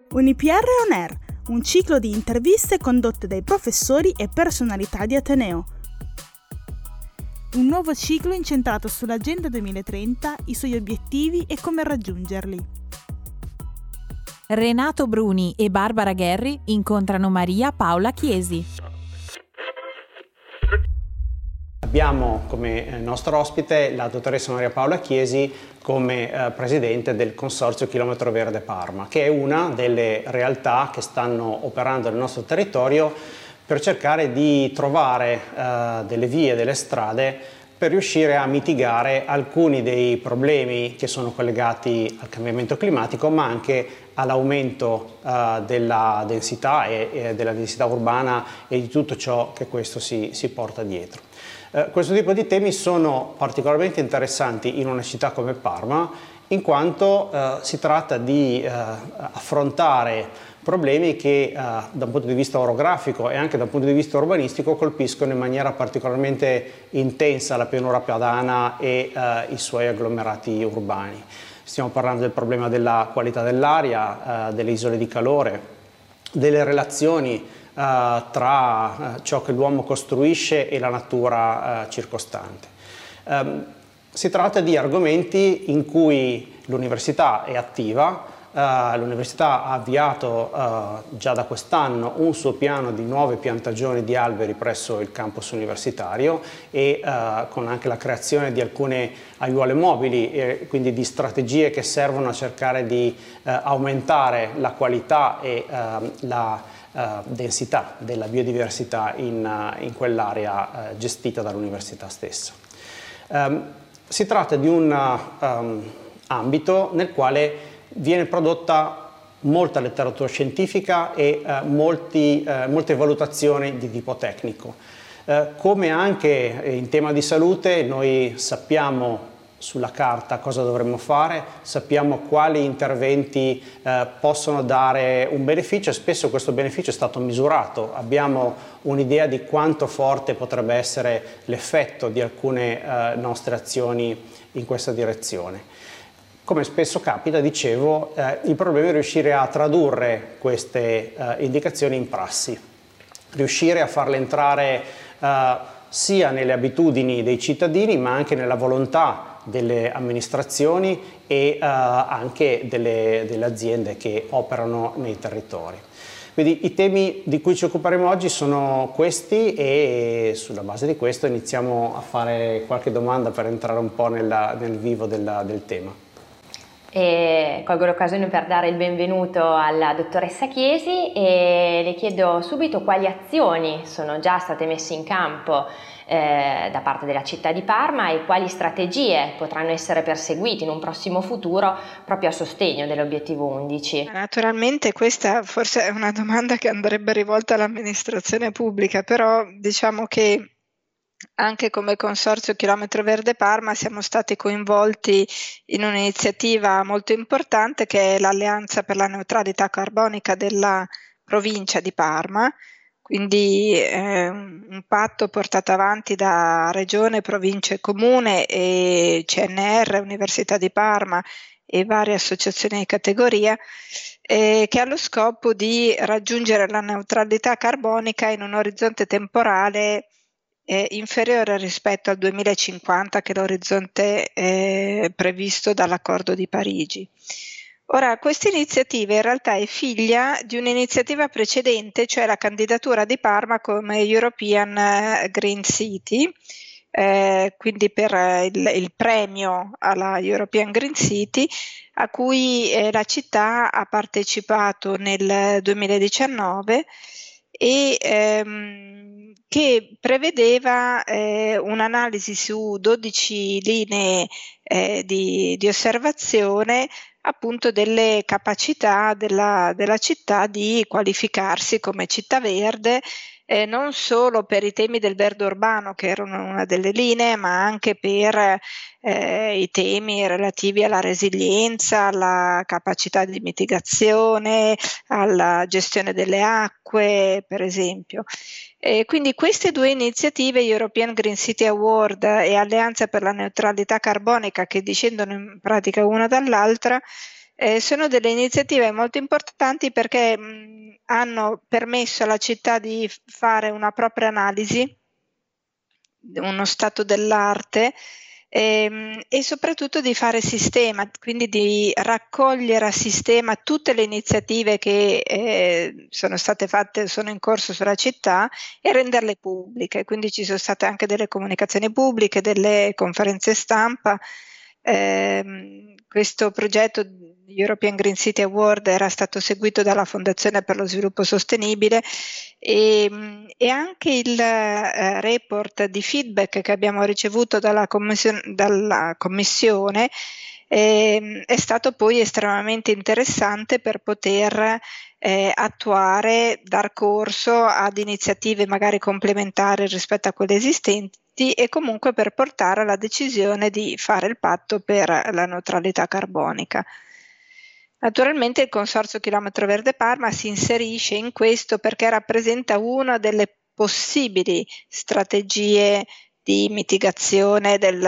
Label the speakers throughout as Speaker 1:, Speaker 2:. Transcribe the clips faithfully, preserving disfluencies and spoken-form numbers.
Speaker 1: Un I P R On Air, un ciclo di interviste condotte dai professori e personalità di Ateneo. Un nuovo ciclo incentrato sull'Agenda duemilatrenta, i suoi obiettivi e come raggiungerli.
Speaker 2: Renato Bruni e Barbara Gherri incontrano Maria Paola Chiesi.
Speaker 3: Abbiamo come nostro ospite la dottoressa Maria Paola Chiesi come eh, presidente del Consorzio Chilometro Verde Parma, che è una delle realtà che stanno operando nel nostro territorio per cercare di trovare eh, delle vie, delle strade per riuscire a mitigare alcuni dei problemi che sono collegati al cambiamento climatico, ma anche all'aumento uh, della densità e, e della densità urbana e di tutto ciò che questo si, si porta dietro. Uh, questo tipo di temi sono particolarmente interessanti in una città come Parma, in quanto uh, si tratta di uh, affrontare problemi che uh, da un punto di vista orografico e anche da un punto di vista urbanistico colpiscono in maniera particolarmente intensa la pianura padana e uh, i suoi agglomerati urbani. Stiamo parlando del problema della qualità dell'aria, uh, delle isole di calore, delle relazioni uh, tra uh, ciò che l'uomo costruisce e la natura uh, circostante. Um, si tratta di argomenti in cui l'università è attiva. Uh, l'università ha avviato uh, già da quest'anno un suo piano di nuove piantagioni di alberi presso il campus universitario e uh, con anche la creazione di alcune aiuole mobili e quindi di strategie che servono a cercare di uh, aumentare la qualità e uh, la uh, densità della biodiversità in, uh, in quell'area uh, gestita dall'università stessa. Um, si tratta di un uh, um, ambito nel quale viene prodotta molta letteratura scientifica e eh, molti, eh, molte valutazioni di tipo tecnico. Eh, come anche in tema di salute, noi sappiamo sulla carta cosa dovremmo fare, sappiamo quali interventi eh, possono dare un beneficio e spesso questo beneficio è stato misurato. Abbiamo un'idea di quanto forte potrebbe essere l'effetto di alcune eh, nostre azioni in questa direzione. Come spesso capita, dicevo, eh, il problema è riuscire a tradurre queste eh, indicazioni in prassi, riuscire a farle entrare eh, sia nelle abitudini dei cittadini, ma anche nella volontà delle amministrazioni e eh, anche delle, delle aziende che operano nei territori. Quindi i temi di cui ci occuperemo oggi sono questi e sulla base di questo iniziamo a fare qualche domanda per entrare un po' nella, nel vivo della, del tema.
Speaker 4: E colgo l'occasione per dare il benvenuto alla dottoressa Chiesi e le chiedo subito quali azioni sono già state messe in campo eh, da parte della città di Parma e quali strategie potranno essere perseguite in un prossimo futuro proprio a sostegno dell'obiettivo undici.
Speaker 5: Naturalmente questa forse è una domanda che andrebbe rivolta all'amministrazione pubblica, però diciamo che anche come Consorzio Chilometro Verde Parma siamo stati coinvolti in un'iniziativa molto importante che è l'Alleanza per la neutralità carbonica della provincia di Parma, quindi eh, un patto portato avanti da Regione, Provincia e Comune e C N R, Università di Parma e varie associazioni di categoria eh, che ha lo scopo di raggiungere la neutralità carbonica in un orizzonte temporale Eh, inferiore rispetto al duemilacinquanta, che è l'orizzonte eh, previsto dall'accordo di Parigi. Ora, questa iniziativa in realtà è figlia di un'iniziativa precedente, cioè la candidatura di Parma come European Green City, eh, quindi per il, il premio alla European Green City, a cui eh, la città ha partecipato nel duemiladiciannove e ehm, che prevedeva eh, un'analisi su dodici linee eh, di, di osservazione appunto delle capacità della, della città di qualificarsi come città verde, eh, non solo per i temi del verde urbano che erano una delle linee, ma anche per eh, i temi relativi alla resilienza, alla capacità di mitigazione, alla gestione delle acque, per esempio. E quindi queste due iniziative, European Green City Award e Alleanza per la neutralità carbonica, che discendono in pratica una dall'altra, Eh, sono delle iniziative molto importanti perché mh, hanno permesso alla città di f- fare una propria analisi, uno stato dell'arte ehm, e soprattutto di fare sistema, quindi di raccogliere a sistema tutte le iniziative che eh, sono state fatte, sono in corso sulla città e renderle pubbliche. Quindi ci sono state anche delle comunicazioni pubbliche, delle conferenze stampa. Ehm, questo progetto European Green City Award era stato seguito dalla Fondazione per lo Sviluppo Sostenibile e, e anche il eh, report di feedback che abbiamo ricevuto dalla commissione, dalla commissione eh, è stato poi estremamente interessante per poter eh, attuare, dar corso ad iniziative magari complementari rispetto a quelle esistenti e comunque per portare alla decisione di fare il patto per la neutralità carbonica. Naturalmente il Consorzio Chilometro Verde Parma si inserisce in questo perché rappresenta una delle possibili strategie di mitigazione del,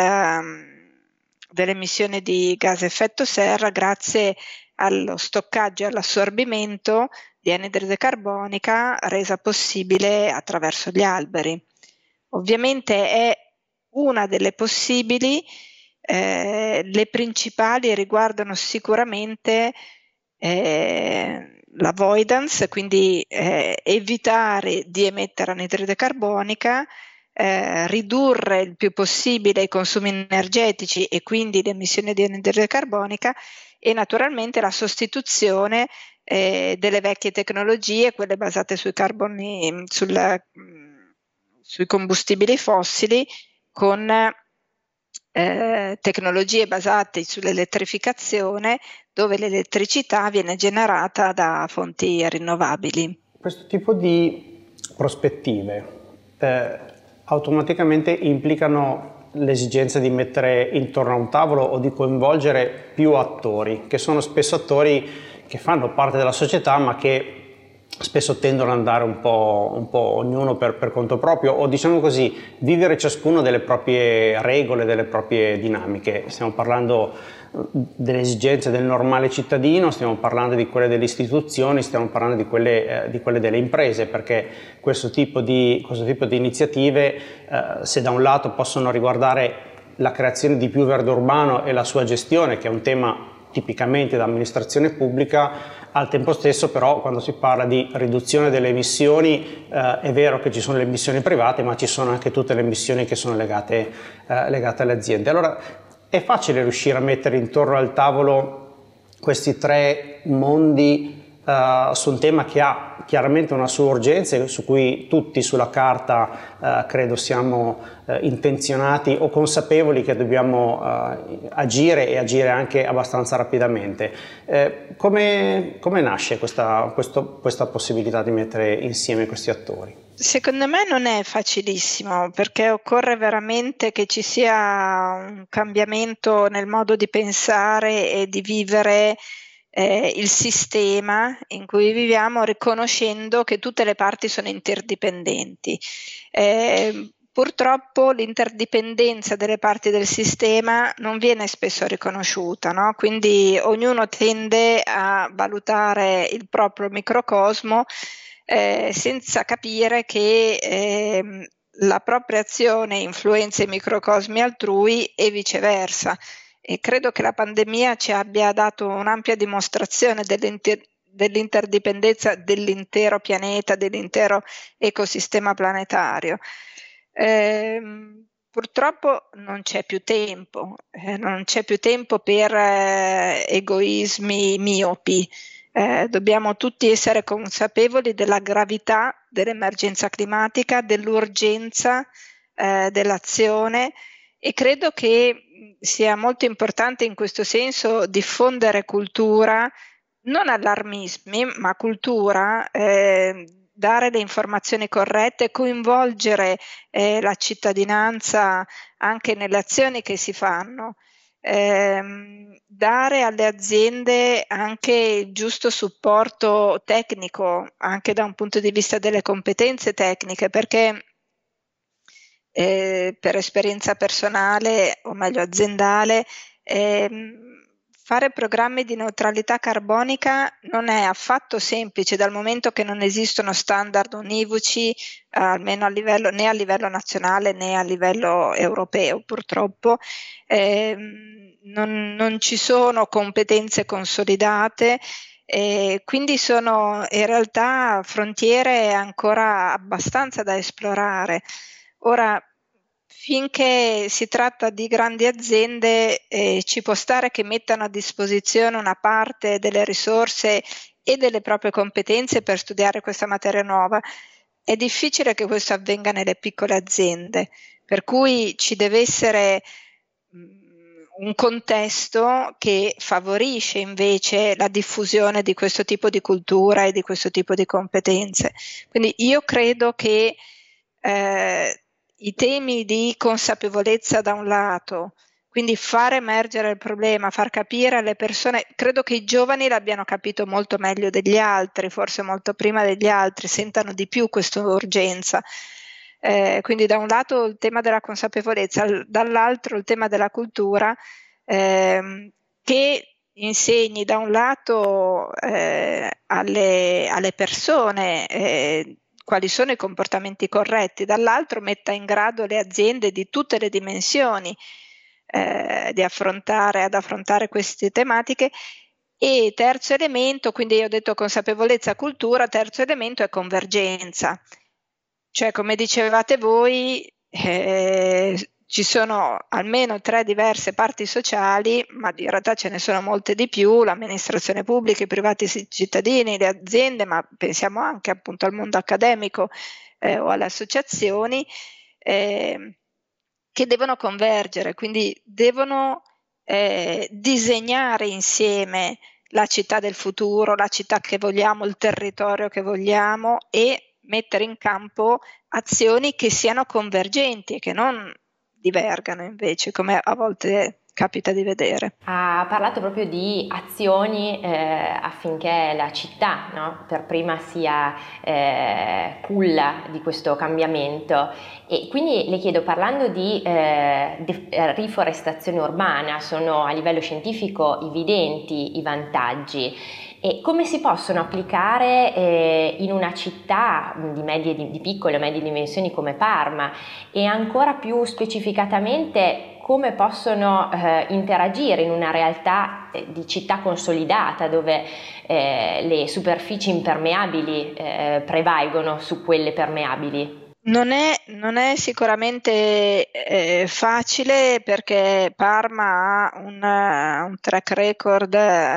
Speaker 5: delle emissioni di gas a effetto serra grazie allo stoccaggio e all'assorbimento di anidride carbonica resa possibile attraverso gli alberi. Ovviamente è una delle possibili, eh, le principali riguardano sicuramente eh, l'avoidance, quindi eh, evitare di emettere anidride carbonica, eh, ridurre il più possibile i consumi energetici e quindi le emissioni di anidride carbonica e naturalmente la sostituzione eh, delle vecchie tecnologie, quelle basate sui carboni, sul sui combustibili fossili con eh, tecnologie basate sull'elettrificazione dove l'elettricità viene generata da fonti rinnovabili.
Speaker 3: Questo tipo di prospettive eh, automaticamente implicano l'esigenza di mettere intorno a un tavolo o di coinvolgere più attori, che sono spesso attori che fanno parte della società ma che spesso tendono ad andare un po', un po' ognuno per, per conto proprio o diciamo così vivere ciascuno delle proprie regole, delle proprie dinamiche. Stiamo parlando delle esigenze del normale cittadino, stiamo parlando di quelle delle istituzioni, stiamo parlando di quelle, eh, di quelle delle imprese, perché questo tipo di, questo tipo di iniziative eh, se da un lato possono riguardare la creazione di più verde urbano e la sua gestione, che è un tema tipicamente da amministrazione pubblica, al tempo stesso però quando si parla di riduzione delle emissioni eh, è vero che ci sono le emissioni private ma ci sono anche tutte le emissioni che sono legate, eh, legate alle aziende. Allora è facile riuscire a mettere intorno al tavolo questi tre mondi eh, su un tema che ha chiaramente una sua urgenza e su cui tutti sulla carta eh, credo siamo eh, intenzionati o consapevoli che dobbiamo eh, agire e agire anche abbastanza rapidamente. Eh, come, come nasce questa, questo, questa possibilità di mettere insieme questi attori?
Speaker 5: Secondo me non è facilissimo perché occorre veramente che ci sia un cambiamento nel modo di pensare e di vivere Eh, il sistema in cui viviamo, riconoscendo che tutte le parti sono interdipendenti. Eh, purtroppo l'interdipendenza delle parti del sistema non viene spesso riconosciuta, no? Quindi ognuno tende a valutare il proprio microcosmo eh, senza capire che eh, la propria azione influenza i microcosmi altrui e viceversa. E credo che la pandemia ci abbia dato un'ampia dimostrazione dell'inter- dell'interdipendenza dell'intero pianeta, dell'intero ecosistema planetario. Eh, purtroppo non c'è più tempo, eh, non c'è più tempo per eh, egoismi miopi. Eh, dobbiamo tutti essere consapevoli della gravità dell'emergenza climatica, dell'urgenza eh, dell'azione e credo che sia molto importante in questo senso diffondere cultura, non allarmismi, ma cultura, eh, dare le informazioni corrette, coinvolgere eh, la cittadinanza anche nelle azioni che si fanno, eh, dare alle aziende anche il giusto supporto tecnico, anche da un punto di vista delle competenze tecniche, perché Eh, per esperienza personale o meglio aziendale, eh, fare programmi di neutralità carbonica non è affatto semplice, dal momento che non esistono standard univoci, eh, almeno a livello, né a livello nazionale né a livello europeo, purtroppo. Eh, non, non ci sono competenze consolidate, eh, quindi sono in realtà frontiere ancora abbastanza da esplorare. Ora, finché si tratta di grandi aziende, eh, ci può stare che mettano a disposizione una parte delle risorse e delle proprie competenze per studiare questa materia nuova. È difficile che questo avvenga nelle piccole aziende, per cui ci deve essere mh, un contesto che favorisce invece la diffusione di questo tipo di cultura e di questo tipo di competenze. Quindi io credo che eh, i temi di consapevolezza da un lato, quindi far emergere il problema, far capire alle persone, credo che i giovani l'abbiano capito molto meglio degli altri, forse molto prima degli altri, sentano di più questa urgenza. Eh, quindi da un lato il tema della consapevolezza, dall'altro il tema della cultura, eh, che insegni da un lato eh, alle, alle persone eh, quali sono i comportamenti corretti, dall'altro metta in grado le aziende di tutte le dimensioni eh, di affrontare, ad affrontare queste tematiche. E terzo elemento, quindi io ho detto consapevolezza, cultura, terzo elemento è convergenza. Cioè, come dicevate voi, eh, ci sono almeno tre diverse parti sociali, ma in realtà ce ne sono molte di più, l'amministrazione pubblica, i privati cittadini, le aziende, ma pensiamo anche appunto al mondo accademico eh, o alle associazioni, eh, che devono convergere, quindi devono eh, disegnare insieme la città del futuro, la città che vogliamo, il territorio che vogliamo, e mettere in campo azioni che siano convergenti e che non divergano invece, come a volte capita di vedere.
Speaker 4: Ha parlato proprio di azioni eh, affinché la città, no, per prima sia eh, culla di questo cambiamento, e quindi le chiedo, parlando di eh, de- riforestazione urbana, sono a livello scientifico evidenti i vantaggi, e come si possono applicare eh, in una città di, medie, di, di piccole o medie dimensioni come Parma, e ancora più specificatamente come possono eh, interagire in una realtà eh, di città consolidata, dove eh, le superfici impermeabili eh, prevalgono su quelle permeabili?
Speaker 5: Non è, non è sicuramente eh, facile, perché Parma ha un, un track record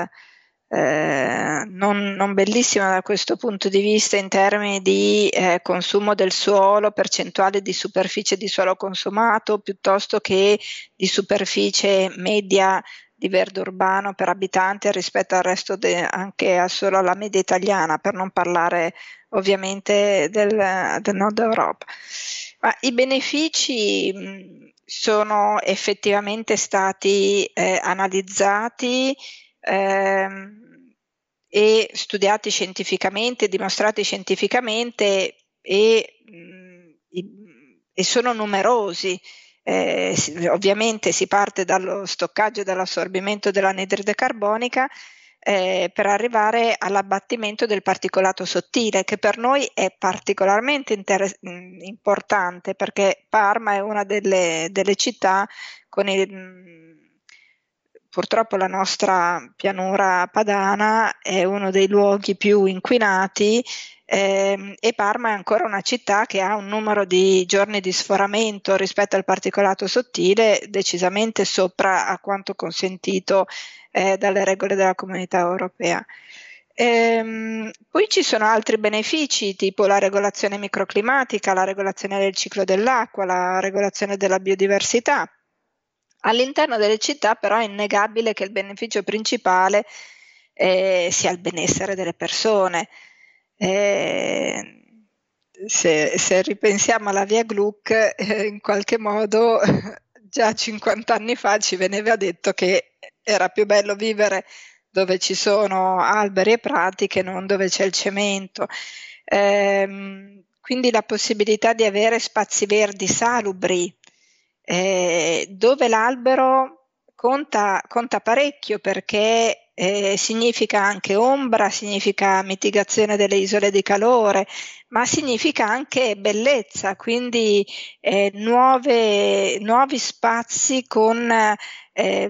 Speaker 5: eh, non, non bellissimo da questo punto di vista in termini di eh, consumo del suolo, percentuale di superficie di suolo consumato, piuttosto che di superficie media di verde urbano per abitante rispetto al resto, de, anche a solo alla media italiana, per non parlare ovviamente del, del nord Europa. Ma i benefici mh, sono effettivamente stati eh, analizzati ehm, e studiati scientificamente, dimostrati scientificamente, e, mh, e sono numerosi. Eh, si, ovviamente si parte dallo stoccaggio e dall'assorbimento dell'anidride carbonica eh, per arrivare all'abbattimento del particolato sottile, che per noi è particolarmente inter- importante, perché Parma è una delle, delle città con il purtroppo la nostra pianura padana è uno dei luoghi più inquinati, eh, e Parma è ancora una città che ha un numero di giorni di sforamento rispetto al particolato sottile decisamente sopra a quanto consentito eh, dalle regole della Comunità Europea. Ehm, poi ci sono altri benefici, tipo la regolazione microclimatica, la regolazione del ciclo dell'acqua, la regolazione della biodiversità. All'interno delle città però è innegabile che il beneficio principale eh, sia il benessere delle persone. Eh, se, se ripensiamo alla via Gluck, eh, in qualche modo già cinquanta anni fa ci veniva detto che era più bello vivere dove ci sono alberi e prati che non dove c'è il cemento. Eh, quindi la possibilità di avere spazi verdi salubri, Eh, dove l'albero conta, conta parecchio, perché eh, significa anche ombra, significa mitigazione delle isole di calore, ma significa anche bellezza, quindi eh, nuove, nuovi spazi con eh,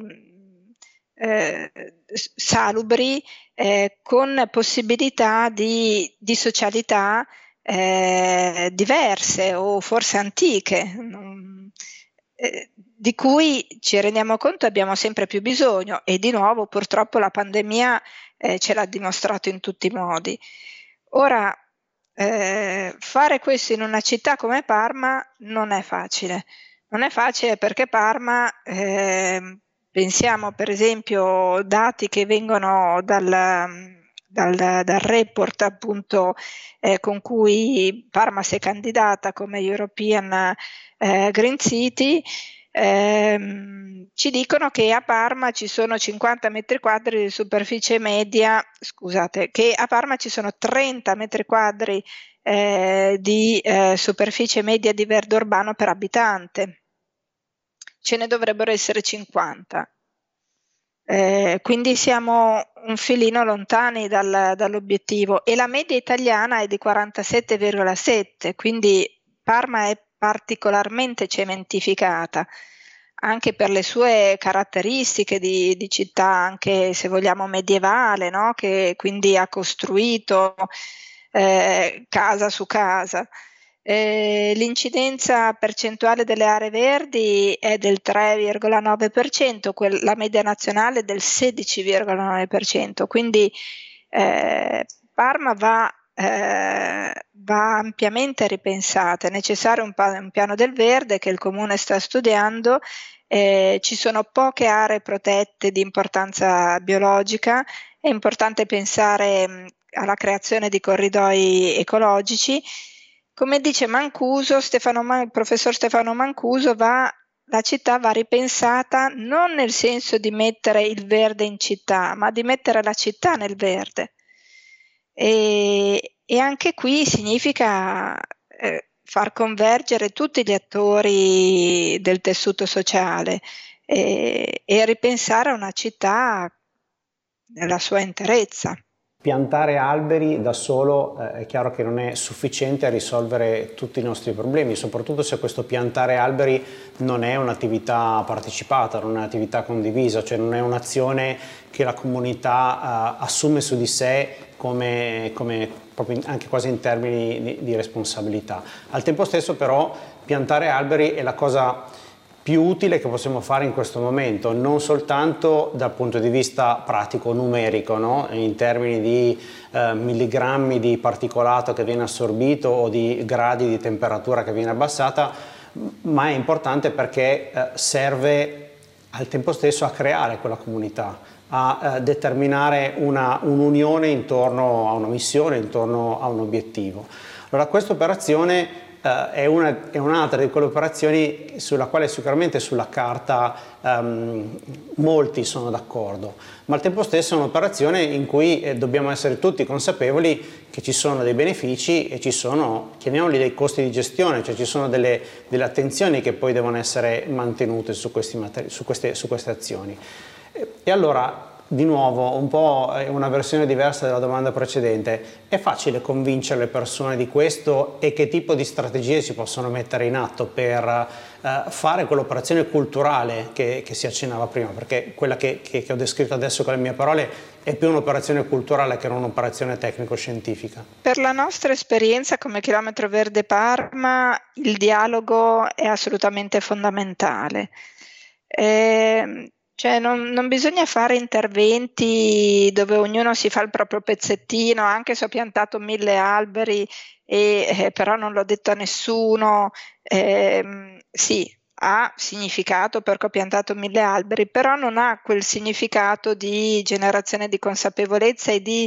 Speaker 5: eh, salubri, eh, con possibilità di, di socialità eh, diverse o forse antiche, non, eh, di cui ci rendiamo conto abbiamo sempre più bisogno, e di nuovo purtroppo la pandemia eh, ce l'ha dimostrato in tutti i modi. Ora, eh, fare questo in una città come Parma non è facile. Non è facile perché Parma, eh, pensiamo per esempio dati che vengono dal, dal, dal report appunto eh, con cui Parma si è candidata come European eh, Green City, ehm, ci dicono che a Parma ci sono cinquanta metri quadri di superficie media, scusate, che a Parma ci sono trenta metri quadri eh, di eh, superficie media di verde urbano per abitante. Ce ne dovrebbero essere cinquanta. Eh, quindi siamo un filino lontani dal, dall'obiettivo, e la media italiana è di quarantasette virgola sette, quindi Parma è particolarmente cementificata, anche per le sue caratteristiche di, di città, anche se vogliamo medievale, no? Che quindi ha costruito eh, casa su casa. Eh, l'incidenza percentuale delle aree verdi è del tre virgola nove per cento, quel, la media nazionale è del sedici virgola nove per cento, quindi eh, Parma va, eh, va ampiamente ripensata. È necessario un, pa- un piano del verde che il Comune sta studiando. Eh, ci sono poche aree protette di importanza biologica, è importante pensare mh, alla creazione di corridoi ecologici. Come dice Mancuso, Stefano Man- il professor Stefano Mancuso, va, la città va ripensata non nel senso di mettere il verde in città, ma di mettere la città nel verde. E, e anche qui significa eh, far convergere tutti gli attori del tessuto sociale e, e ripensare a una città nella sua interezza.
Speaker 3: Piantare alberi da solo eh, è chiaro che non è sufficiente a risolvere tutti i nostri problemi, soprattutto se questo piantare alberi non è un'attività partecipata, non è un'attività condivisa, cioè non è un'azione che la comunità eh, assume su di sé come, come proprio anche quasi in termini di, di responsabilità. Al tempo stesso però piantare alberi è la cosa più utile che possiamo fare in questo momento, non soltanto dal punto di vista pratico, numerico, no? In termini di eh, milligrammi di particolato che viene assorbito o di gradi di temperatura che viene abbassata, ma è importante perché eh, serve al tempo stesso a creare quella comunità, a eh, determinare una, un'unione intorno a una missione, intorno a un obiettivo. Allora questa operazione Uh, è, una, è un'altra di quelle operazioni sulla quale sicuramente sulla carta um, molti sono d'accordo, ma al tempo stesso è un'operazione in cui eh, dobbiamo essere tutti consapevoli che ci sono dei benefici e ci sono, chiamiamoli, dei costi di gestione, cioè ci sono delle, delle attenzioni che poi devono essere mantenute su, questi materi- su, queste, su queste azioni. E, e allora, di nuovo, un po' una versione diversa della domanda precedente, è facile convincere le persone di questo e che tipo di strategie si possono mettere in atto per eh, fare quell'operazione culturale che, che si accennava prima, perché quella che, che, che ho descritto adesso con le mie parole è più un'operazione culturale che non un'operazione tecnico-scientifica.
Speaker 5: Per la nostra esperienza come Chilometro Verde Parma il dialogo è assolutamente fondamentale. Eh, Cioè non, non bisogna fare interventi dove ognuno si fa il proprio pezzettino, anche se ho piantato mille alberi e eh, però non l'ho detto a nessuno. Eh, sì, ha significato perché ho piantato mille alberi, però non ha quel significato di generazione di consapevolezza e di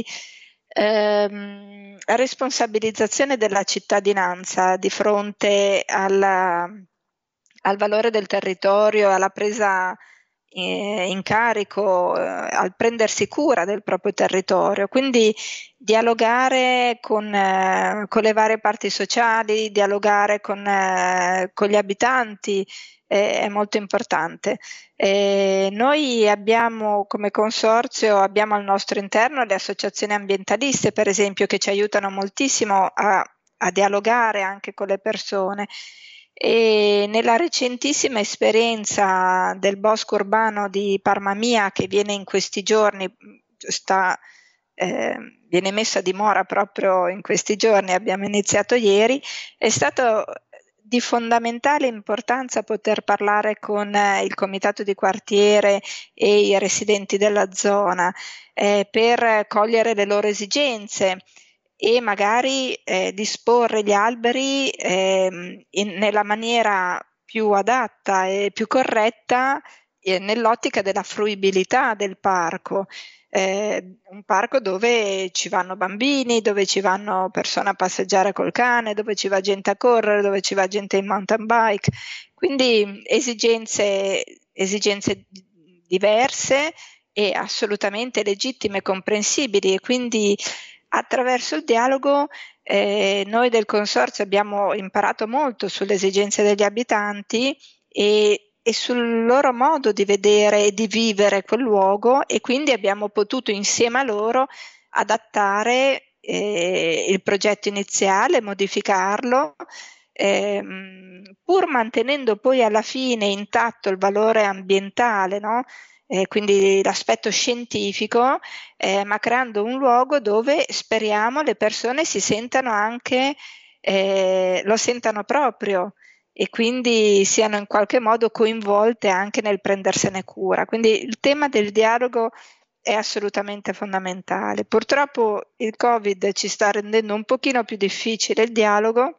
Speaker 5: ehm, responsabilizzazione della cittadinanza di fronte alla, al valore del territorio, alla presa eh, in carico eh, al prendersi cura del proprio territorio, quindi dialogare con, eh, con le varie parti sociali, dialogare con, eh, con gli abitanti eh, è molto importante. Eh, noi abbiamo come consorzio, abbiamo al nostro interno le associazioni ambientaliste, per esempio, che ci aiutano moltissimo a, a dialogare anche con le persone. E nella recentissima esperienza del bosco urbano di Parma Mia, che viene in questi giorni, sta, eh, viene messa a dimora proprio in questi giorni, abbiamo iniziato ieri, è stato di fondamentale importanza poter parlare con eh, il comitato di quartiere e i residenti della zona eh, per cogliere le loro esigenze e magari eh, disporre gli alberi eh, in, nella maniera più adatta e più corretta eh, nell'ottica della fruibilità del parco. Eh, un parco dove ci vanno bambini, dove ci vanno persone a passeggiare col cane, dove ci va gente a correre, dove ci va gente in mountain bike, quindi esigenze, esigenze diverse e assolutamente legittime e comprensibili, e quindi attraverso il dialogo eh, noi del Consorzio abbiamo imparato molto sulle esigenze degli abitanti e e sul loro modo di vedere e di vivere quel luogo, e quindi abbiamo potuto insieme a loro adattare eh, il progetto iniziale, modificarlo, ehm, pur mantenendo poi alla fine intatto il valore ambientale, no? Eh, quindi l'aspetto scientifico, eh, ma creando un luogo dove speriamo le persone si sentano anche, eh, lo sentano proprio, e quindi siano in qualche modo coinvolte anche nel prendersene cura. Quindi il tema del dialogo è assolutamente fondamentale. Purtroppo il Covid ci sta rendendo un pochino più difficile il dialogo,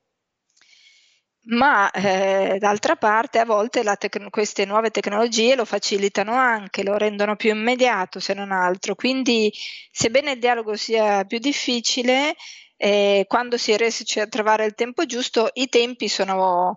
Speaker 5: ma eh, d'altra parte a volte la tec- queste nuove tecnologie lo facilitano anche, lo rendono più immediato se non altro. Quindi sebbene il dialogo sia più difficile, Eh, quando si riesce a trovare il tempo giusto, i tempi sono,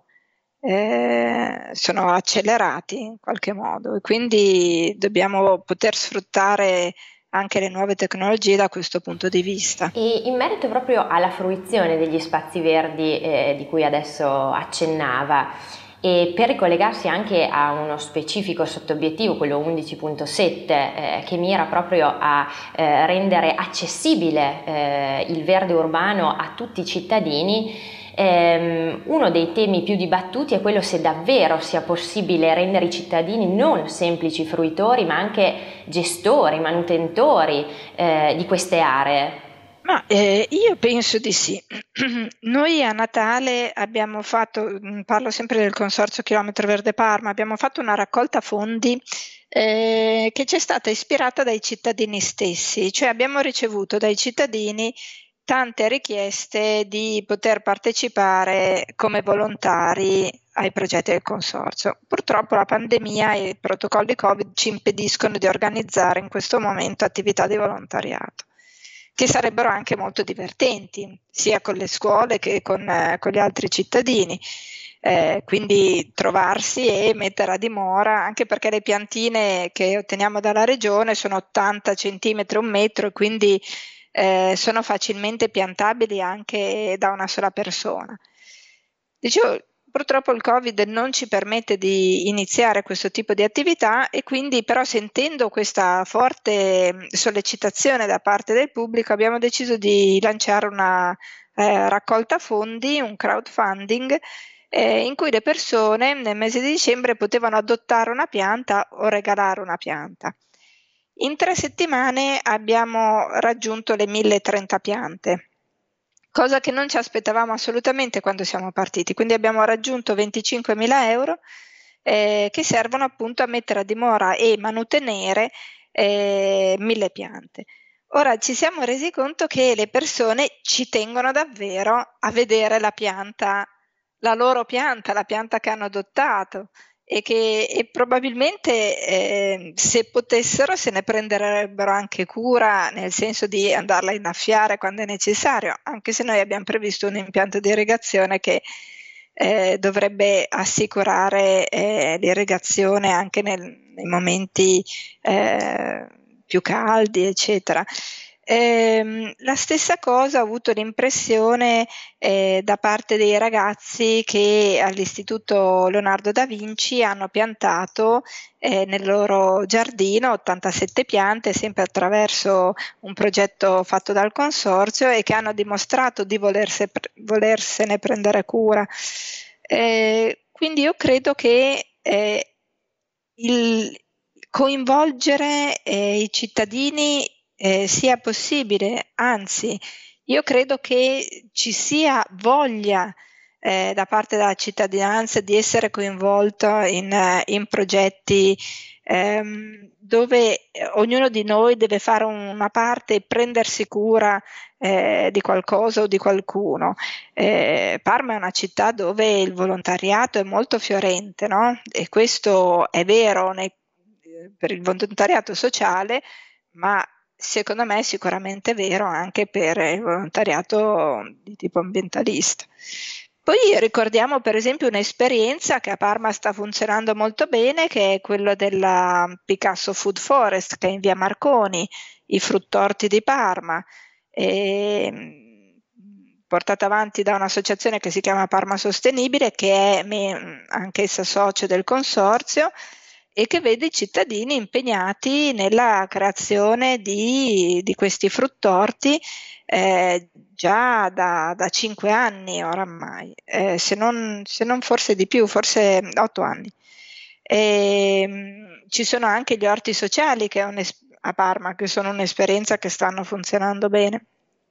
Speaker 5: eh, sono accelerati in qualche modo, e quindi dobbiamo poter sfruttare anche le nuove tecnologie da questo punto di vista.
Speaker 4: E in merito proprio alla fruizione degli spazi verdi eh, di cui adesso accennava, e per ricollegarsi anche a uno specifico sottoobiettivo, quello undici punto sette, eh, che mira proprio a eh, rendere accessibile eh, il verde urbano a tutti i cittadini, ehm, uno dei temi più dibattuti è quello se davvero sia possibile rendere i cittadini non semplici fruitori, ma anche gestori, manutentori eh, di queste aree.
Speaker 5: Ma eh, io penso di sì. Noi a Natale abbiamo fatto, parlo sempre del Consorzio Chilometro Verde Parma, abbiamo fatto una raccolta fondi eh, che ci è stata ispirata dai cittadini stessi, cioè abbiamo ricevuto dai cittadini tante richieste di poter partecipare come volontari ai progetti del Consorzio. Purtroppo la pandemia e i protocolli Covid ci impediscono di organizzare in questo momento attività di volontariato, che sarebbero anche molto divertenti, sia con le scuole che con, eh, con gli altri cittadini. Eh, quindi trovarsi e mettere a dimora, anche perché le piantine che otteniamo dalla regione sono ottanta centimetri, un metro, e quindi eh, sono facilmente piantabili anche da una sola persona. Dicevo, purtroppo il Covid non ci permette di iniziare questo tipo di attività, e quindi però, sentendo questa forte sollecitazione da parte del pubblico, abbiamo deciso di lanciare una eh, raccolta fondi, un crowdfunding, eh, in cui le persone nel mese di dicembre potevano adottare una pianta o regalare una pianta. In tre settimane abbiamo raggiunto le mille e trenta piante, cosa che non ci aspettavamo assolutamente quando siamo partiti, quindi abbiamo raggiunto venticinquemila euro eh, che servono appunto a mettere a dimora e manutenere eh, mille piante. Ora ci siamo resi conto che le persone ci tengono davvero a vedere la pianta, la loro pianta, la pianta che hanno adottato, e che e probabilmente eh, se potessero se ne prenderebbero anche cura, nel senso di andarla a innaffiare quando è necessario, anche se noi abbiamo previsto un impianto di irrigazione che eh, dovrebbe assicurare eh, l'irrigazione anche nel, nei momenti eh, più caldi, eccetera. Eh, la stessa cosa ho avuto l'impressione eh, da parte dei ragazzi che all'Istituto Leonardo da Vinci hanno piantato eh, nel loro giardino ottantasette piante, sempre attraverso un progetto fatto dal consorzio, e che hanno dimostrato di volerse, volersene prendere cura. Eh, quindi io credo che eh, il coinvolgere eh, i cittadini Eh, sia possibile, anzi io credo che ci sia voglia eh, da parte della cittadinanza di essere coinvolta in, in progetti ehm, dove ognuno di noi deve fare una parte e prendersi cura eh, di qualcosa o di qualcuno. Eh, Parma è una città dove il volontariato è molto fiorente, no? E questo è vero nei, per il volontariato sociale, ma secondo me è sicuramente vero anche per il volontariato di tipo ambientalista. Poi ricordiamo per esempio un'esperienza che a Parma sta funzionando molto bene, che è quello della Picasso Food Forest, che è in via Marconi, i fruttorti di Parma, e portata avanti da un'associazione che si chiama Parma Sostenibile, che è anch'essa socio del consorzio, e che vede i cittadini impegnati nella creazione di, di questi fruttorti eh, già da, da cinque anni oramai, eh, se, non, se non forse di più, forse otto anni. E, ci sono anche gli orti sociali che è a Parma, che sono un'esperienza che stanno funzionando bene.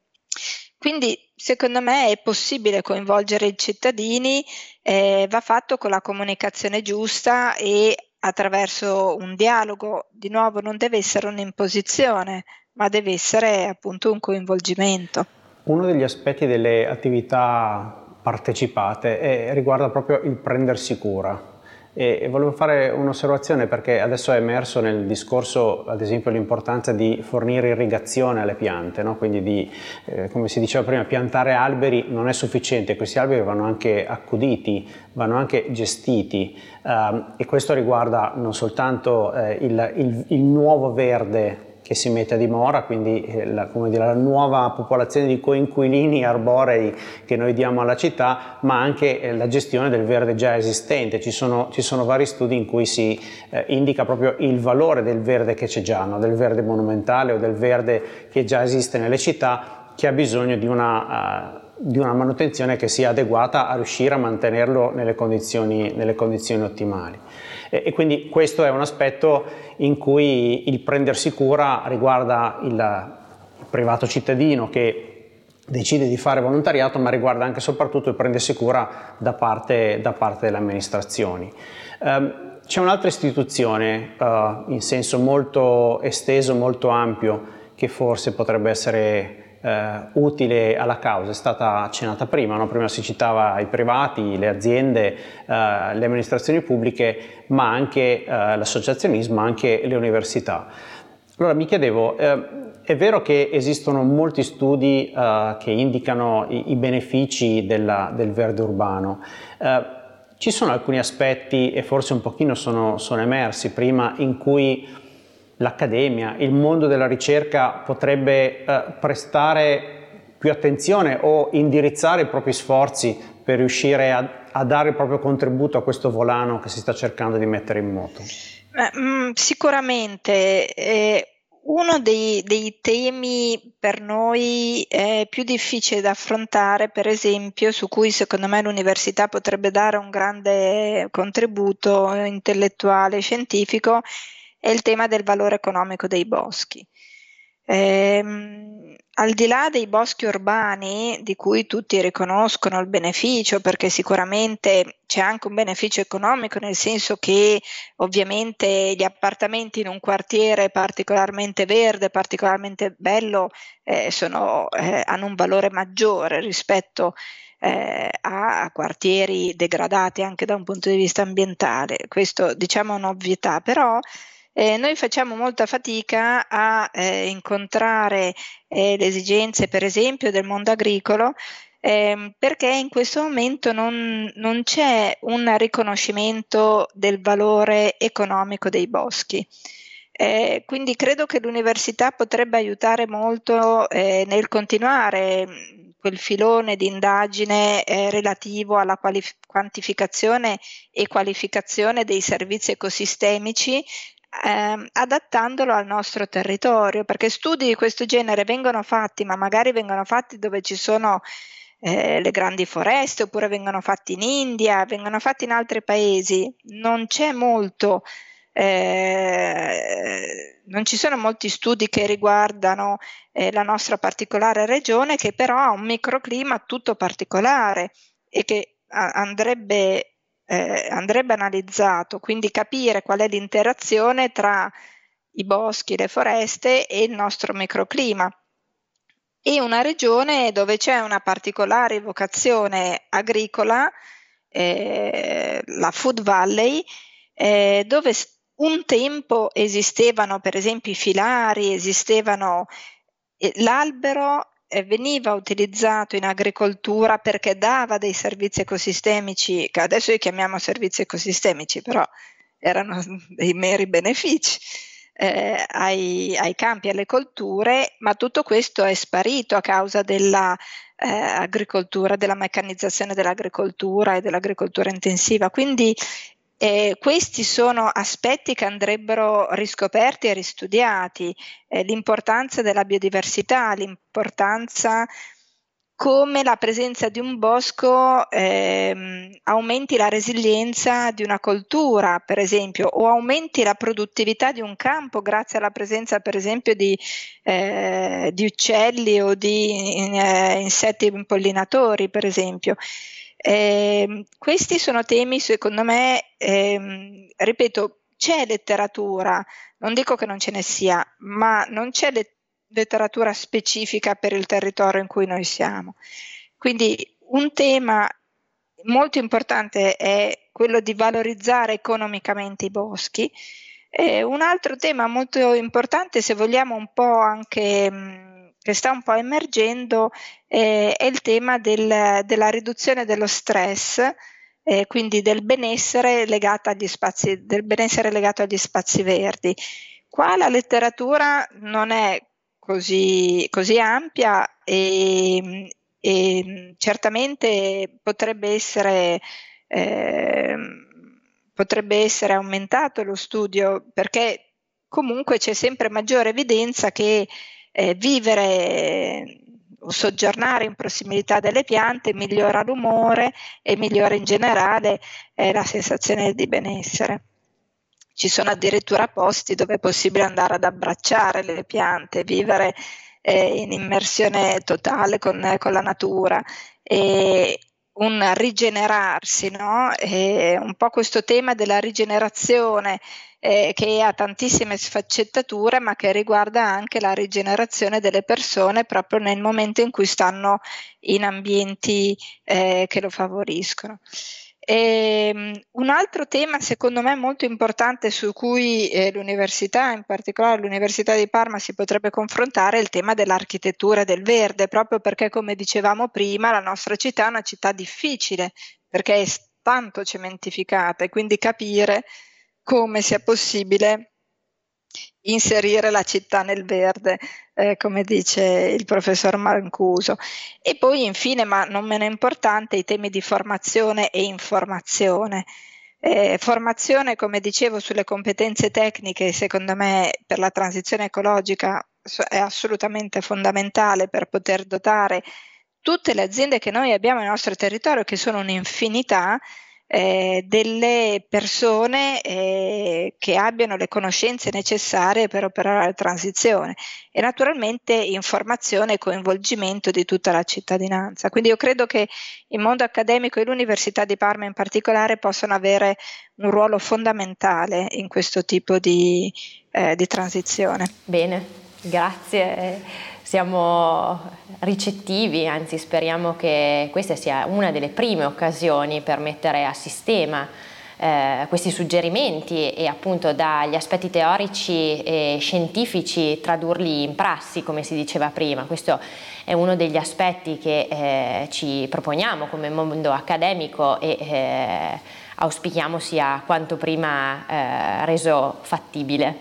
Speaker 5: Quindi secondo me è possibile coinvolgere i cittadini, eh, va fatto con la comunicazione giusta e attraverso un dialogo. Di nuovo non deve essere un'imposizione, ma deve essere appunto un coinvolgimento.
Speaker 3: Uno degli aspetti delle attività partecipate è, riguarda proprio il prendersi cura. E, e volevo fare un'osservazione, perché adesso è emerso nel discorso ad esempio l'importanza di fornire irrigazione alle piante, no? Quindi di, eh, come si diceva prima, piantare alberi non è sufficiente, questi alberi vanno anche accuditi, vanno anche gestiti, um, e questo riguarda non soltanto eh, il, il, il nuovo verde che si mette a dimora, quindi eh, la, come dire, la nuova popolazione di coinquilini arborei che noi diamo alla città, ma anche eh, la gestione del verde già esistente. Ci sono, ci sono vari studi in cui si eh, indica proprio il valore del verde che c'è già, no? Del verde monumentale o del verde che già esiste nelle città, che ha bisogno di una, uh, di una manutenzione che sia adeguata a riuscire a mantenerlo nelle condizioni, nelle condizioni ottimali. E quindi questo è un aspetto in cui il prendersi cura riguarda il, il privato cittadino che decide di fare volontariato, ma riguarda anche e soprattutto il prendersi cura da parte, da parte delle amministrazioni. Um, c'è un'altra istituzione uh, in senso molto esteso, molto ampio, che forse potrebbe essere Uh, utile alla causa, è stata accennata prima, no? Prima si citava i privati, le aziende, uh, le amministrazioni pubbliche, ma anche uh, l'associazionismo, anche le università. Allora mi chiedevo, uh, è vero che esistono molti studi uh, che indicano i, i benefici della, del verde urbano, uh, ci sono alcuni aspetti, e forse un pochino sono, sono emersi prima, in cui l'accademia, il mondo della ricerca potrebbe eh, prestare più attenzione o indirizzare i propri sforzi per riuscire a, a dare il proprio contributo a questo volano che si sta cercando di mettere in moto?
Speaker 5: Eh, mh, sicuramente eh, uno dei, dei temi per noi eh, più difficili da affrontare, per esempio, su cui secondo me l'università potrebbe dare un grande contributo intellettuale e scientifico, è il tema del valore economico dei boschi. Ehm, al di là dei boschi urbani, di cui tutti riconoscono il beneficio, perché sicuramente c'è anche un beneficio economico, nel senso che ovviamente gli appartamenti in un quartiere particolarmente verde, particolarmente bello, eh, sono, eh, hanno un valore maggiore rispetto eh, a, a quartieri degradati anche da un punto di vista ambientale. Questo diciamo è un'ovvietà, però Eh, noi facciamo molta fatica a eh, incontrare eh, le esigenze, per esempio, del mondo agricolo, eh, perché in questo momento non, non c'è un riconoscimento del valore economico dei boschi. Eh, quindi credo che l'università potrebbe aiutare molto eh, nel continuare quel filone di indagine eh, relativo alla qualif- quantificazione e qualificazione dei servizi ecosistemici, eh, adattandolo al nostro territorio, perché studi di questo genere vengono fatti, ma magari vengono fatti dove ci sono eh, le grandi foreste, oppure vengono fatti in India, vengono fatti in altri paesi. Non c'è molto Eh, non ci sono molti studi che riguardano eh, la nostra particolare regione, che però ha un microclima tutto particolare e che a- andrebbe, eh, andrebbe analizzato, quindi capire qual è l'interazione tra i boschi, le foreste e il nostro microclima. E una regione dove c'è una particolare vocazione agricola, eh, la Food Valley, eh, dove un tempo esistevano per esempio i filari, esistevano eh, l'albero eh, veniva utilizzato in agricoltura perché dava dei servizi ecosistemici, che adesso li chiamiamo servizi ecosistemici, però erano dei meri benefici eh, ai, ai campi, alle colture, ma tutto questo è sparito a causa della eh, agricoltura, della meccanizzazione dell'agricoltura e dell'agricoltura intensiva. Quindi Eh, questi sono aspetti che andrebbero riscoperti e ristudiati, eh, l'importanza della biodiversità, l'importanza come la presenza di un bosco ehm, aumenti la resilienza di una coltura, per esempio, o aumenti la produttività di un campo grazie alla presenza, per esempio, di, eh, di uccelli o di eh, insetti impollinatori, per esempio. Eh, questi sono temi, secondo me, ehm, ripeto, c'è letteratura, non dico che non ce ne sia, ma non c'è letteratura letteratura specifica per il territorio in cui noi siamo. Quindi un tema molto importante è quello di valorizzare economicamente i boschi. Eh, un altro tema molto importante, se vogliamo un po' anche mh, che sta un po' emergendo, eh, è il tema del, della riduzione dello stress, eh, quindi del benessere legato agli spazi, del benessere legato agli spazi verdi. Qua la letteratura non è così, così ampia e, e certamente potrebbe essere, eh, potrebbe essere aumentato lo studio, perché comunque c'è sempre maggiore evidenza che eh, vivere o soggiornare in prossimità delle piante migliora l'umore e migliora in generale eh, la sensazione di benessere. Ci sono addirittura posti dove è possibile andare ad abbracciare le piante, vivere eh, in immersione totale con, con la natura e un rigenerarsi, no? E un po' questo tema della rigenerazione eh, che ha tantissime sfaccettature, ma che riguarda anche la rigenerazione delle persone proprio nel momento in cui stanno in ambienti eh, che lo favoriscono. E, un altro tema secondo me molto importante su cui eh, l'università, in particolare l'Università di Parma, si potrebbe confrontare è il tema dell'architettura del verde, proprio perché, come dicevamo prima, la nostra città è una città difficile perché è tanto cementificata, e quindi capire come sia possibile inserire la città nel verde, eh, come dice il professor Mancuso. E poi infine, ma non meno importante, i temi di formazione e informazione. Eh, formazione, come dicevo, sulle competenze tecniche, secondo me per la transizione ecologica è assolutamente fondamentale per poter dotare tutte le aziende che noi abbiamo nel nostro territorio, che sono un'infinità, Eh, delle persone eh, che abbiano le conoscenze necessarie per operare la transizione, e naturalmente informazione e coinvolgimento di tutta la cittadinanza. Quindi io credo che il mondo accademico e l'Università di Parma in particolare possano avere un ruolo fondamentale in questo tipo di, eh, di transizione.
Speaker 4: Bene, grazie. Siamo ricettivi, anzi speriamo che questa sia una delle prime occasioni per mettere a sistema eh, questi suggerimenti e appunto dagli aspetti teorici e scientifici tradurli in prassi, come si diceva prima. Questo è uno degli aspetti che eh, ci proponiamo come mondo accademico e eh, auspichiamo sia quanto prima eh, reso fattibile.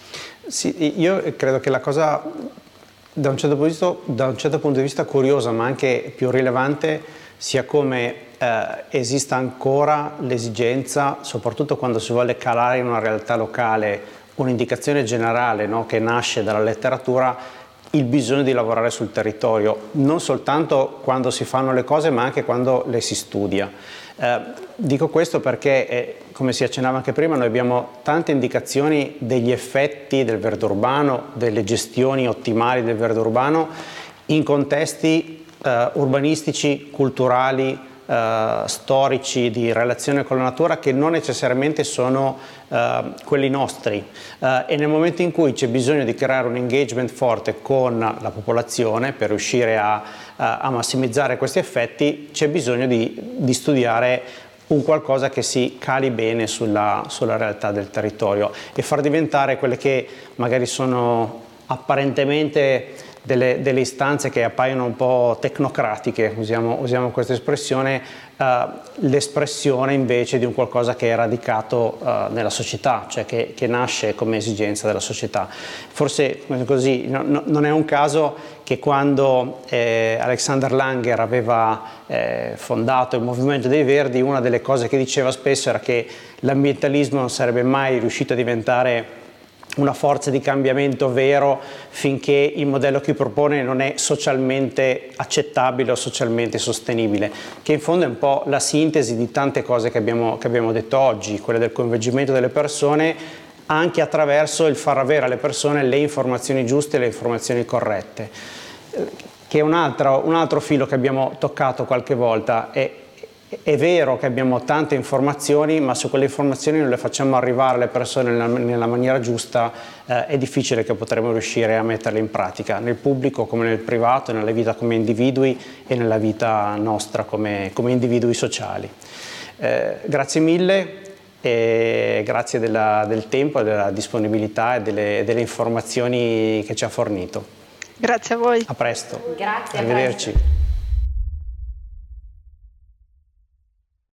Speaker 3: Sì, io credo che la cosa da un certo punto di vista, da un certo punto di vista curiosa, ma anche più rilevante, sia come eh, esista ancora l'esigenza, soprattutto quando si vuole calare in una realtà locale un'indicazione generale, no, che nasce dalla letteratura, il bisogno di lavorare sul territorio, non soltanto quando si fanno le cose, ma anche quando le si studia. Eh, dico questo perché, eh, come si accennava anche prima, noi abbiamo tante indicazioni degli effetti del verde urbano, delle gestioni ottimali del verde urbano in contesti eh, urbanistici, culturali, eh, storici, di relazione con la natura, che non necessariamente sono eh, quelli nostri. Eh, e nel momento in cui c'è bisogno di creare un engagement forte con la popolazione per riuscire a, a, a massimizzare questi effetti, c'è bisogno di, di studiare un qualcosa che si cali bene sulla, sulla realtà del territorio e far diventare quelle che magari sono apparentemente delle, delle istanze che appaiono un po' tecnocratiche, usiamo, usiamo questa espressione, eh, l'espressione invece di un qualcosa che è radicato eh, nella società, cioè che, che nasce come esigenza della società. Forse così, no, no, non è un caso che quando eh, Alexander Langer aveva eh, fondato il Movimento dei Verdi, una delle cose che diceva spesso era che l'ambientalismo non sarebbe mai riuscito a diventare una forza di cambiamento vero finché il modello che propone non è socialmente accettabile o socialmente sostenibile, che in fondo è un po' la sintesi di tante cose che abbiamo, che abbiamo detto oggi, quelle del coinvolgimento delle persone, anche attraverso il far avere alle persone le informazioni giuste e le informazioni corrette, che è un altro, un altro filo che abbiamo toccato qualche volta. È, È vero che abbiamo tante informazioni, ma se quelle informazioni non le facciamo arrivare alle persone nella, nella maniera giusta, eh, è difficile che potremo riuscire a metterle in pratica, nel pubblico come nel privato, nella vita come individui e nella vita nostra come, come individui sociali. Eh, grazie mille e grazie della, del tempo, della disponibilità e delle, delle informazioni che ci ha fornito.
Speaker 5: Grazie a voi.
Speaker 3: A presto.
Speaker 4: Grazie.
Speaker 3: Arrivederci.